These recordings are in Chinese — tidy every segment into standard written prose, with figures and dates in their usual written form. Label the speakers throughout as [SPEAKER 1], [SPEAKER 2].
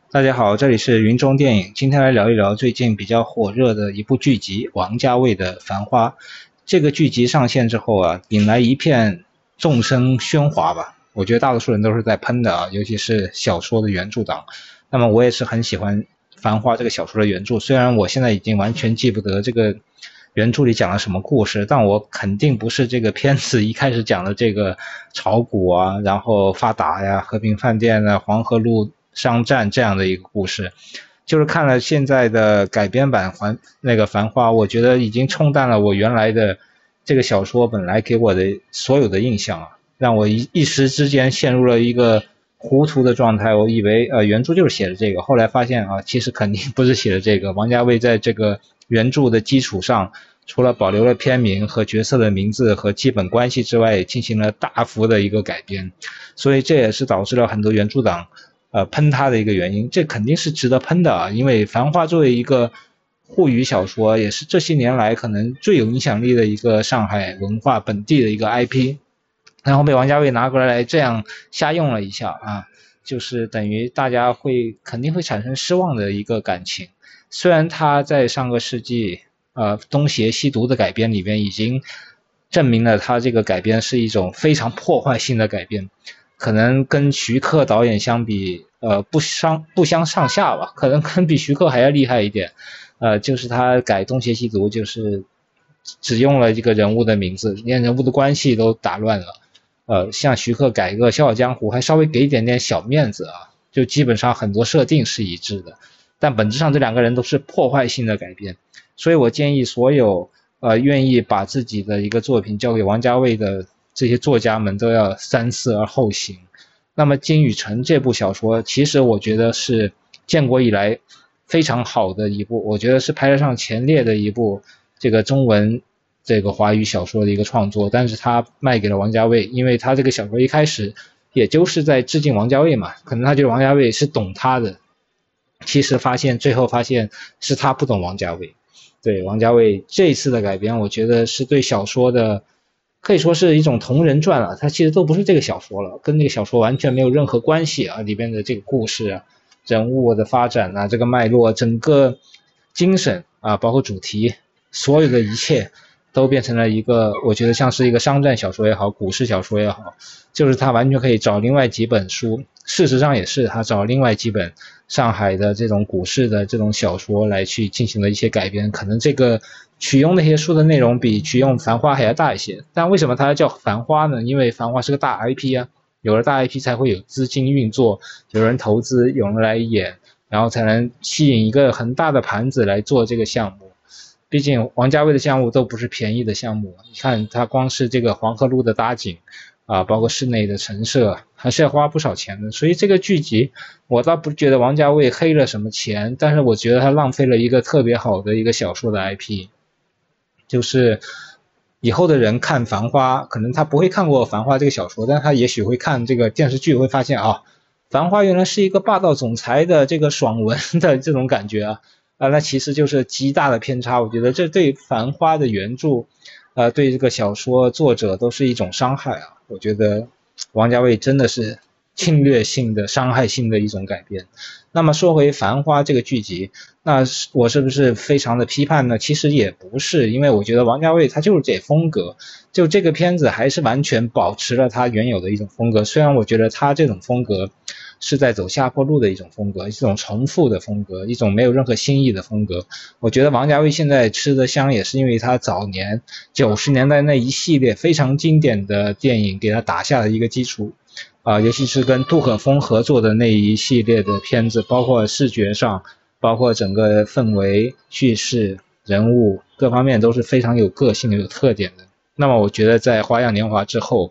[SPEAKER 1] 大家好，这里是云中电影，今天来聊一聊最近比较火热的一部剧集，王家卫的《繁花》。这个剧集上线之后啊，引来一片众声喧哗吧。我觉得大多数人都是在喷的啊，尤其是小说的原著党。那么我也是很喜欢《繁花》这个小说的原著，虽然我现在已经完全记不得这个原著里讲了什么故事，但我肯定不是这个片子一开始讲的这个炒股啊，然后发达呀、和平饭店啊、黄河路商战这样的一个故事。就是看了现在的改编版繁花，我觉得已经冲淡了我原来的这个小说本来给我的所有的印象啊，让我一时之间陷入了一个糊涂的状态。我以为原著就是写的这个，后来发现啊，其实肯定不是写的这个。王家卫在这个原著的基础上，除了保留了片名和角色的名字和基本关系之外，进行了大幅的一个改编，所以这也是导致了很多原著党喷他的一个原因。这肯定是值得喷的啊，因为《繁花》作为一个沪语小说，也是这些年来可能最有影响力的一个上海文化本地的一个 IP，然后被王家卫拿过来这样瞎用了一下啊，就是等于大家肯定会产生失望的一个感情。虽然他在上个世纪东邪西毒的改编里边已经证明了他这个改编是一种非常破坏性的改编，可能跟徐克导演相比不相上下吧，可能比徐克还要厉害一点。就是他改东邪西毒就是只用了这个人物的名字，连人物的关系都打乱了。像徐克改一个《笑傲江湖》，还稍微给一点点小面子啊，就基本上很多设定是一致的，但本质上这两个人都是破坏性的改编。所以我建议所有愿意把自己的一个作品交给王家卫的这些作家们都要三思而后行。那么《金宇澄》这部小说，其实我觉得是建国以来非常好的一部，我觉得是排得上前列的一部这个中文这个华语小说的一个创作，但是他卖给了王家卫，因为他这个小说一开始也就是在致敬王家卫嘛，可能他觉得王家卫是懂他的，其实最后发现是他不懂王家卫。对，王家卫这次的改编，我觉得是对小说的可以说是一种同人传了，它其实都不是这个小说了，跟这个小说完全没有任何关系啊，里边的这个故事啊、人物的发展啊、这个脉络、整个精神啊，包括主题，所有的一切都变成了一个，我觉得像是一个商战小说也好，股市小说也好，就是他完全可以找另外几本书，事实上也是他找另外几本上海的这种股市的这种小说来去进行了一些改编，可能这个取用那些书的内容比取用繁花还要大一些。但为什么它叫繁花呢？因为繁花是个大 IP 啊，有了大 IP 才会有资金运作，有人投资，有人来演，然后才能吸引一个很大的盘子来做这个项目。毕竟王家卫的项目都不是便宜的项目，你看他光是这个黄河路的搭景啊，包括室内的陈设，还是要花不少钱的。所以这个剧集，我倒不觉得王家卫黑了什么钱，但是我觉得他浪费了一个特别好的一个小说的 IP。就是以后的人看《繁花》，可能他不会看过《繁花》这个小说，但他也许会看这个电视剧，会发现啊，《繁花》原来是一个霸道总裁的这个爽文的这种感觉啊。那其实就是极大的偏差，我觉得这对《繁花》的原著，对这个小说作者都是一种伤害啊。我觉得王家卫真的是侵略性的、伤害性的一种改编。那么说回《繁花》这个剧集，那我是不是非常的批判呢？其实也不是，因为我觉得王家卫他就是这风格，就这个片子还是完全保持了他原有的一种风格。虽然我觉得他这种风格是在走下坡路的一种风格，一种重复的风格，一种没有任何新意的风格。我觉得王家卫现在吃得香，也是因为他早年90年代那一系列非常经典的电影给他打下了一个基础。尤其是跟杜可风合作的那一系列的片子，包括视觉上，包括整个氛围、叙事、人物各方面都是非常有个性、有特点的。那么我觉得在《花样年华》之后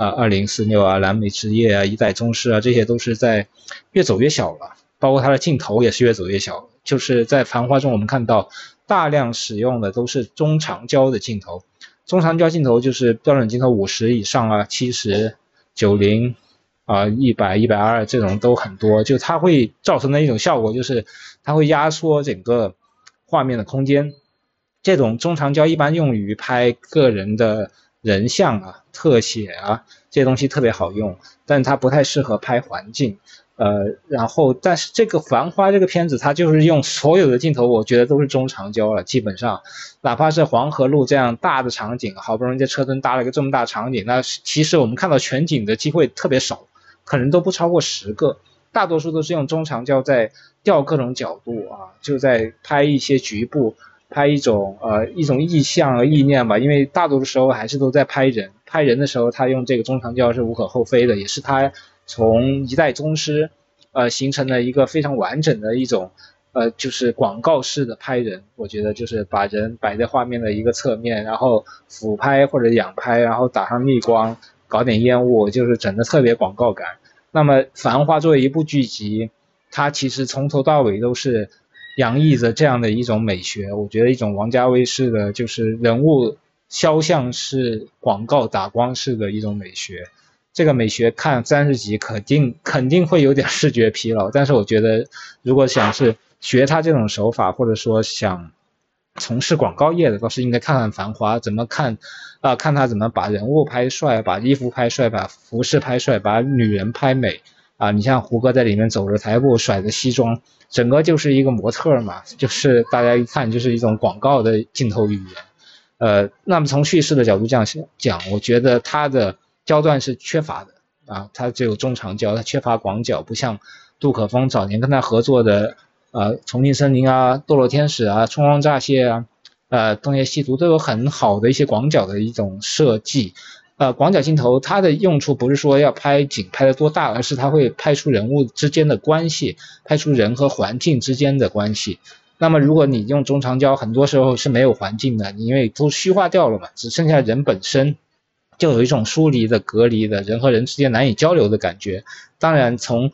[SPEAKER 1] ，2046啊、蓝莓之夜啊、一代宗师啊，这些都是在越走越小了，包括它的镜头也是越走越小。就是在《繁花》中，我们看到大量使用的都是中长焦的镜头，中长焦镜头就是标准镜头50以上啊、70、90。100、120这种都很多，就它会造成的一种效果就是它会压缩整个画面的空间。这种中长焦一般用于拍个人的人像啊、特写啊这些东西特别好用，但它不太适合拍环境。然后但是这个繁花这个片子它就是用所有的镜头我觉得都是中长焦了，基本上哪怕是黄河路这样大的场景，好不容易在车墩搭了一个这么大场景，那其实我们看到全景的机会特别少，可能都不超过10个，大多数都是用中长焦在调各种角度啊，就在拍一些局部，拍一种意象和意念吧，因为大多数时候还是都在拍人，拍人的时候他用这个中长焦是无可厚非的，也是他从一代宗师形成了一个非常完整的一种就是广告式的拍人，我觉得就是把人摆在画面的一个侧面，然后俯拍或者仰拍，然后打上逆光，搞点烟雾，就是整的特别广告感。那么繁花作为一部剧集，它其实从头到尾都是洋溢着这样的一种美学，我觉得一种王家卫式的就是人物肖像式广告打光式的一种美学。这个美学看30集肯定会有点视觉疲劳，但是我觉得如果想是学他这种手法，或者说想从事广告业的，倒是应该看看繁花怎么看看他怎么把人物拍帅，把衣服拍帅，把服饰拍帅，把女人拍美你像胡歌在里面走着台步甩着西装，整个就是一个模特嘛，就是大家一看就是一种广告的镜头语言。那么从叙事的角度这样讲，我觉得他的焦段是缺乏的它只有中长焦，它缺乏广角，不像杜可风早年跟他合作的重庆森林啊、堕落天使啊、春光乍泄东邪西毒都有很好的一些广角的一种设计。广角镜头它的用处不是说要拍景拍得多大，而是它会拍出人物之间的关系，拍出人和环境之间的关系。那么如果你用中长焦，很多时候是没有环境的，因为都虚化掉了嘛，只剩下人本身，就有一种疏离的、隔离的，人和人之间难以交流的感觉。当然从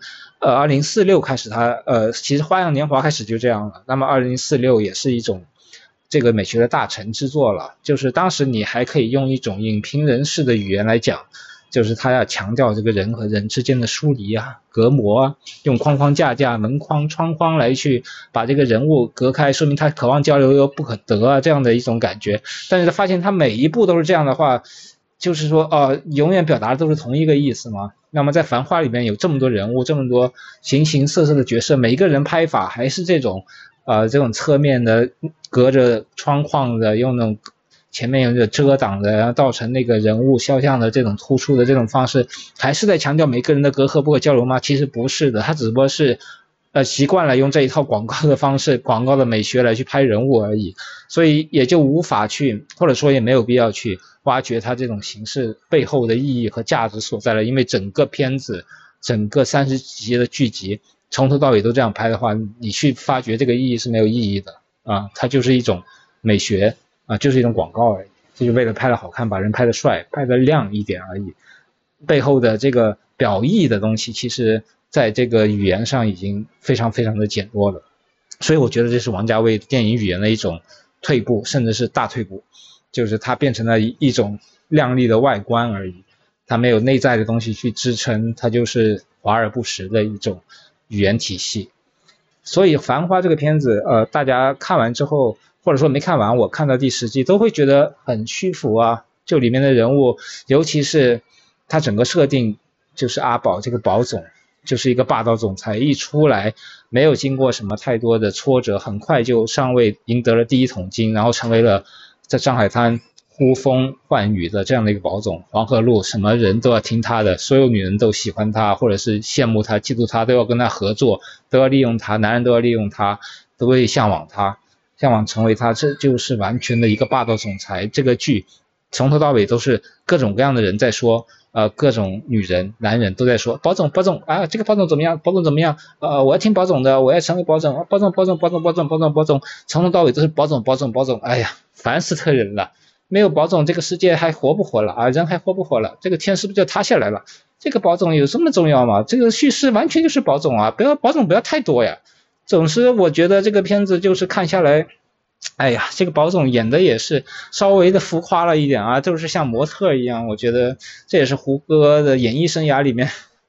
[SPEAKER 1] 2046开始其实花样年华开始就这样了，那么2046也是一种这个美学的大成之作了，就是当时你还可以用一种影评人式的语言来讲，就是他要强调这个人和人之间的疏离隔膜用框框架架、门框、窗框来去把这个人物隔开，说明他渴望交流又不可得这样的一种感觉。但是他发现他每一步都是这样的话，就是说永远表达的都是同一个意思嘛。那么在繁花里面有这么多人物，这么多形形色色的角色，每一个人拍法还是这种侧面的隔着窗框的，用那种前面有着遮挡的，然后造成那个人物肖像的这种突出的这种方式，还是在强调每个人的隔阂不可交流吗？其实不是的，他只不过是习惯了用这一套广告的方式、广告的美学来去拍人物而已，所以也就无法去，或者说也没有必要去挖掘它这种形式背后的意义和价值所在了。因为整个片子、整个30集的剧集从头到尾都这样拍的话，你去发掘这个意义是没有意义的它就是一种美学就是一种广告而已，就是为了拍得好看，把人拍得帅、拍得亮一点而已。背后的这个表意的东西，其实在这个语言上已经非常非常的减弱了。所以我觉得这是王家卫电影语言的一种退步，甚至是大退步，就是它变成了一种亮丽的外观而已，它没有内在的东西去支撑，它就是华而不实的一种语言体系。所以繁花这个片子大家看完之后，或者说没看完，我看到第10集都会觉得很虚浮就里面的人物，尤其是他整个设定，就是阿宝这个宝总就是一个霸道总裁，一出来没有经过什么太多的挫折，很快就上位赢得了第1桶金，然后成为了在上海滩呼风唤雨的这样的一个宝总。黄河路什么人都要听他的，所有女人都喜欢他，或者是羡慕他、嫉妒他，都要跟他合作，都要利用他，男人都要利用他，都会向往他，向往成为他，这就是完全的一个霸道总裁。这个剧从头到尾都是各种各样的人在说各种女人男人都在说保总这个保总怎么样，保总怎么样我要听保总的，我要成为保总，保总，从头到尾都是保总，哎呀烦死特人了。没有保总这个世界还活不活了人还活不活了，这个天是不是就塌下来了？这个保总有这么重要吗？这个叙事完全就是保总保总不要太多呀。总之我觉得这个片子就是看下来，哎呀，这个保总演的也是稍微的浮夸了一点就是像模特一样。我觉得这也是胡歌的演艺生涯里面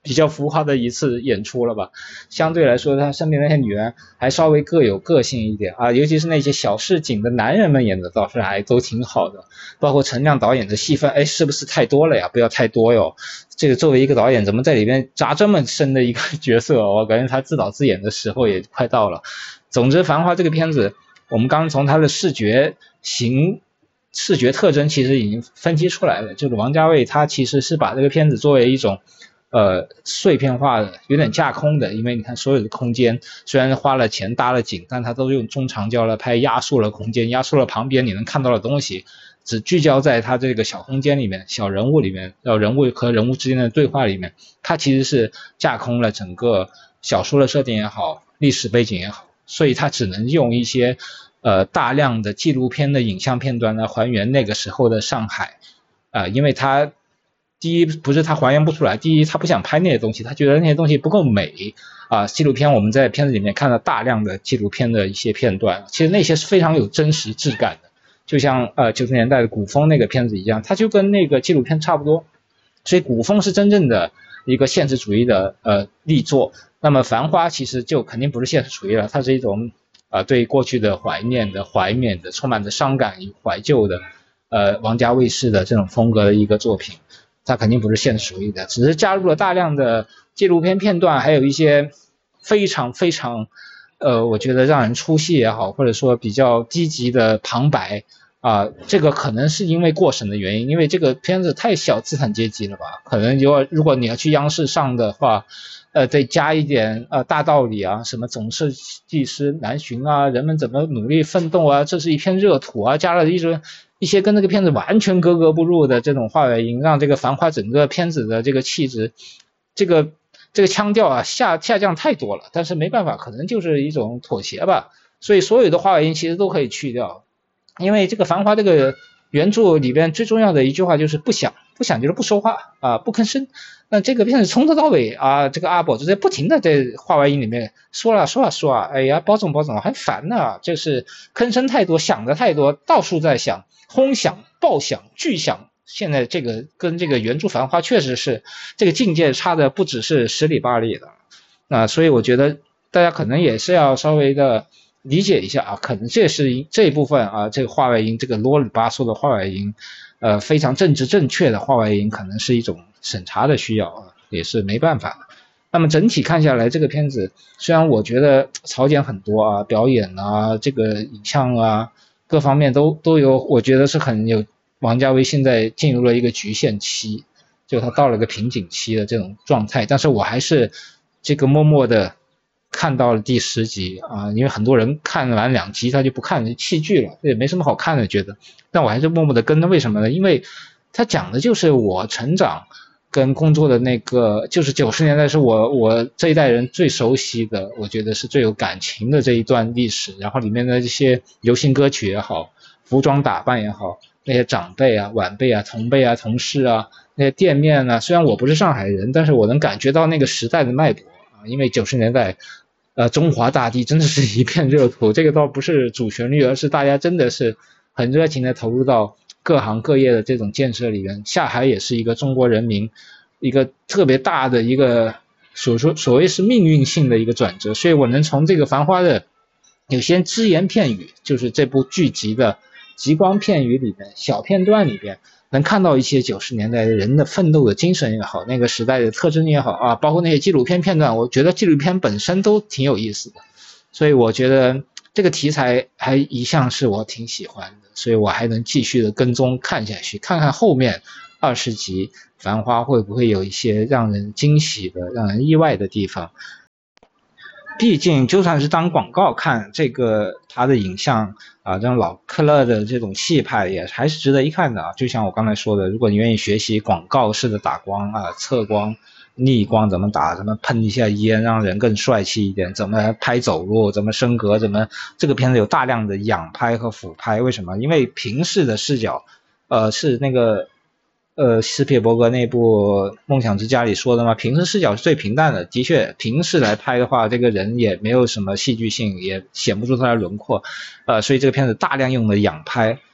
[SPEAKER 1] 比较浮夸的一次演出了吧。相对来说他身边那些女人还稍微各有个性一点啊，尤其是那些小市井的男人们演的倒是还都挺好的，包括陈亮导演的戏份，是不是太多了呀？不要太多哟，这个作为一个导演怎么在里面扎这么深的一个角色，我感觉他自导自演的时候也快到了。总之繁花这个片子我们刚从他的视觉特征其实已经分析出来了，就是王家卫他其实是把这个片子作为一种碎片化的有点架空的，因为你看所有的空间虽然花了钱搭了景，但他都用中长焦来拍，压缩了空间，压缩了旁边你能看到的东西，只聚焦在他这个小空间里面，小人物里面，人物和人物之间的对话里面，他其实是架空了整个小说的设定也好，历史背景也好，所以他只能用一些大量的纪录片的影像片段来还原那个时候的上海因为他第一不是他还原不出来，第一他不想拍那些东西，他觉得那些东西不够美纪录片我们在片子里面看到大量的纪录片的一些片段，其实那些是非常有真实质感的，就像90年代的古风那个片子一样，它就跟那个纪录片差不多，所以古风是真正的一个现实主义的力作，那么繁花其实就肯定不是现实主义了，它是一种对过去的怀念的怀缅的充满着伤感与怀旧的王家卫式的这种风格的一个作品，它肯定不是现实主义的，只是加入了大量的纪录片片段，还有一些非常非常我觉得让人出戏也好，或者说比较低级的旁白这个可能是因为过审的原因，因为这个片子太小资产阶级了吧，可能如果你要去央视上的话得加一点大道理什么总是技师难寻人们怎么努力奋斗这是一片热土加了一些跟这个片子完全格格不入的这种话外音，让这个繁花整个片子的这个气质这个腔调下降太多了，但是没办法，可能就是一种妥协吧，所以所有的话外音其实都可以去掉，因为这个繁花这个原著里边最重要的一句话就是不想就是不说话不吭声，那这个片子从头到尾这个阿宝就在不停的在话外音里面说哎呀包总还烦呢，就是吭声太多，想的太多，到处在想，轰响爆响巨响，现在这个跟这个原著繁花确实是这个境界差的不只是10里8里的所以我觉得大家可能也是要稍微的理解一下可能这一部分这个话外音，这个啰里吧嗦的话外音非常政治正确的话外音，可能是一种审查的需要也是没办法。那么整体看下来，这个片子虽然我觉得槽点很多表演这个影像各方面都有，我觉得是很有王家卫现在进入了一个局限期，就他到了个瓶颈期的这种状态，但是我还是这个默默的看到了第10集因为很多人看完2集他就不看弃剧了，也没什么好看的觉得，但我还是默默的跟为什么呢？因为他讲的就是我成长跟工作的那个，就是90年代是我这一代人最熟悉的，我觉得是最有感情的这一段历史，然后里面的这些流行歌曲也好，服装打扮也好，那些长辈晚辈同辈同事那些店面虽然我不是上海人，但是我能感觉到那个时代的脉搏因为90年代中华大地真的是一片热土，这个倒不是主旋律，而是大家真的是很热情的投入到各行各业的这种建设里面，下海也是一个中国人民一个特别大的一个所谓是命运性的一个转折，所以我能从这个繁花的有些只言片语，就是这部剧集的极光片语里面小片段里边能看到一些90年代人的奋斗的精神也好，那个时代的特征也好包括那些纪录片片段，我觉得纪录片本身都挺有意思的，所以我觉得这个题材还一向是我挺喜欢的，所以我还能继续的跟踪看下去，看看后面20集繁花会不会有一些让人惊喜的让人意外的地方。毕竟就算是当广告看，这个它的影像这种老克勒的这种气派也还是值得一看的就像我刚才说的，如果你愿意学习广告式的打光侧光逆光怎么打，怎么喷一下烟让人更帅气一点，怎么拍走路，怎么升格，怎么这个片子有大量的仰拍和俯拍，为什么？因为平视的视角是那个斯皮尔伯格那部《梦想之家》里说的嘛，平视视角是最平淡的，的确平视来拍的话，这个人也没有什么戏剧性，也显不出他的轮廓所以这个片子大量用的仰拍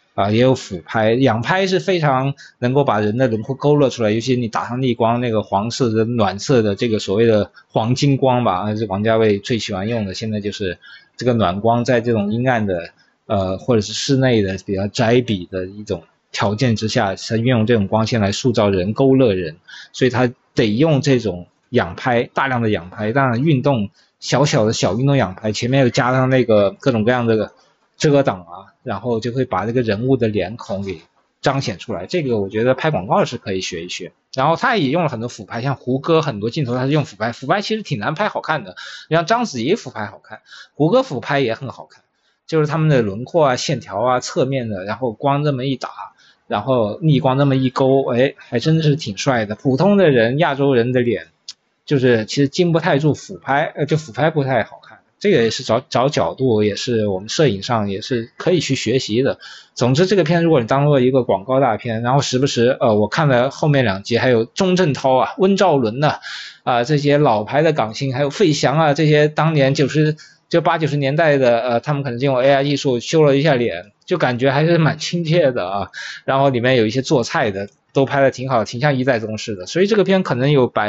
[SPEAKER 1] 也有俯拍，仰拍是非常能够把人的轮廓勾勒出来，尤其你打上逆光，那个黄色的暖色的这个所谓的黄金光吧，是王家卫最喜欢用的。现在就是这个暖光在这种阴暗的或者是室内的比较窄鄙的一种条件之下，他运用这种光线来塑造人，勾勒人，所以他得用这种仰拍，大量的仰拍，当然运动小运动仰拍，前面又加上那个各种各样的遮挡啊，然后就会把这个人物的脸孔给彰显出来。这个我觉得拍广告是可以学一学。然后他也用了很多俯拍，像胡歌很多镜头他是用俯拍，俯拍其实挺难拍好看的，像章子怡俯拍好看，胡歌俯拍也很好看，就是他们的轮廓啊、线条啊、侧面的，然后光这么一打，然后逆光这么一勾，还真是挺帅的。普通的人，亚洲人的脸，就是其实经不太住俯拍，就俯拍不太好看。这个也是找角度，也是我们摄影上也是可以去学习的。总之，这个片如果你当做一个广告大片，然后时不时我看了后面2集，还有钟镇涛啊、温兆伦呐这些老牌的港星，还有费翔啊这些当年80、90年代的他们可能用 AI 技术修了一下脸，就感觉还是蛮亲切的啊。然后里面有一些做菜的都拍的挺好，挺像一代宗师的。所以这个片可能有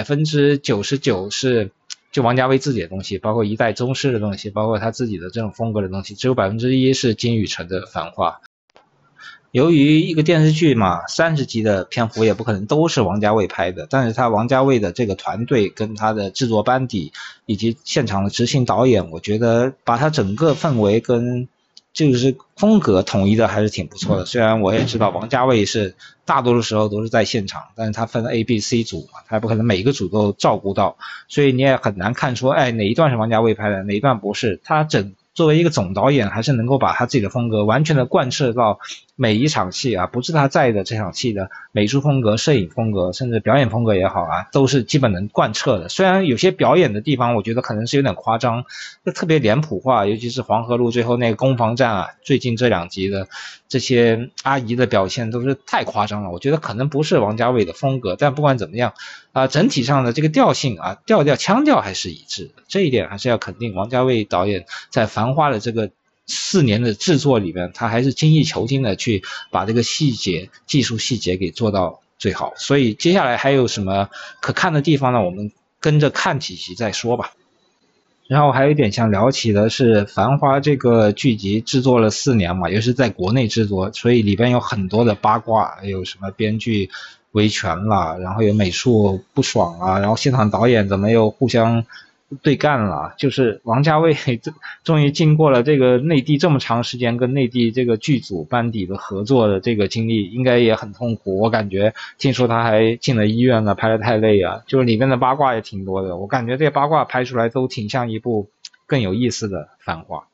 [SPEAKER 1] 99%是就王家卫自己的东西，包括一代宗师的东西，包括他自己的这种风格的东西，只有1%是金宇澄的繁花。由于一个电视剧嘛，30集的篇幅也不可能都是王家卫拍的，但是他王家卫的这个团队跟他的制作班底以及现场的执行导演，我觉得把他整个氛围跟就是风格统一的还是挺不错的。虽然我也知道王家卫是大多数时候都是在现场，但是他分 A、B、C 组嘛，他不可能每个组都照顾到，所以你也很难看出哪一段是王家卫拍的，哪一段不是。他作为一个总导演，还是能够把他自己的风格完全的贯彻到每一场戏啊，不是他在的这场戏的美术风格、摄影风格，甚至表演风格也好啊，都是基本能贯彻的。虽然有些表演的地方，我觉得可能是有点夸张，就特别脸谱化，尤其是黄河路最后那个攻防战啊，最近这2集的这些阿姨的表现都是太夸张了，我觉得可能不是王家卫的风格。但不管怎么样整体上的这个调性啊、腔调还是一致的，这一点还是要肯定王家卫导演在繁花的这个4年的制作里面，他还是精益求精的去把这个技术细节给做到最好。所以接下来还有什么可看的地方呢？我们跟着看几集再说吧。然后还有一点想聊起的是，繁花这个剧集制作了4年嘛，也是在国内制作，所以里边有很多的八卦，有什么编剧维权啦，然后有美术不爽啊，然后现场导演怎么又互相对干了，就是王家卫终于经过了这个内地这么长时间跟内地这个剧组班底的合作的这个经历，应该也很痛苦。我感觉听说他还进了医院了，拍得太累啊，就是里面的八卦也挺多的，我感觉这些八卦拍出来都挺像一部更有意思的繁花。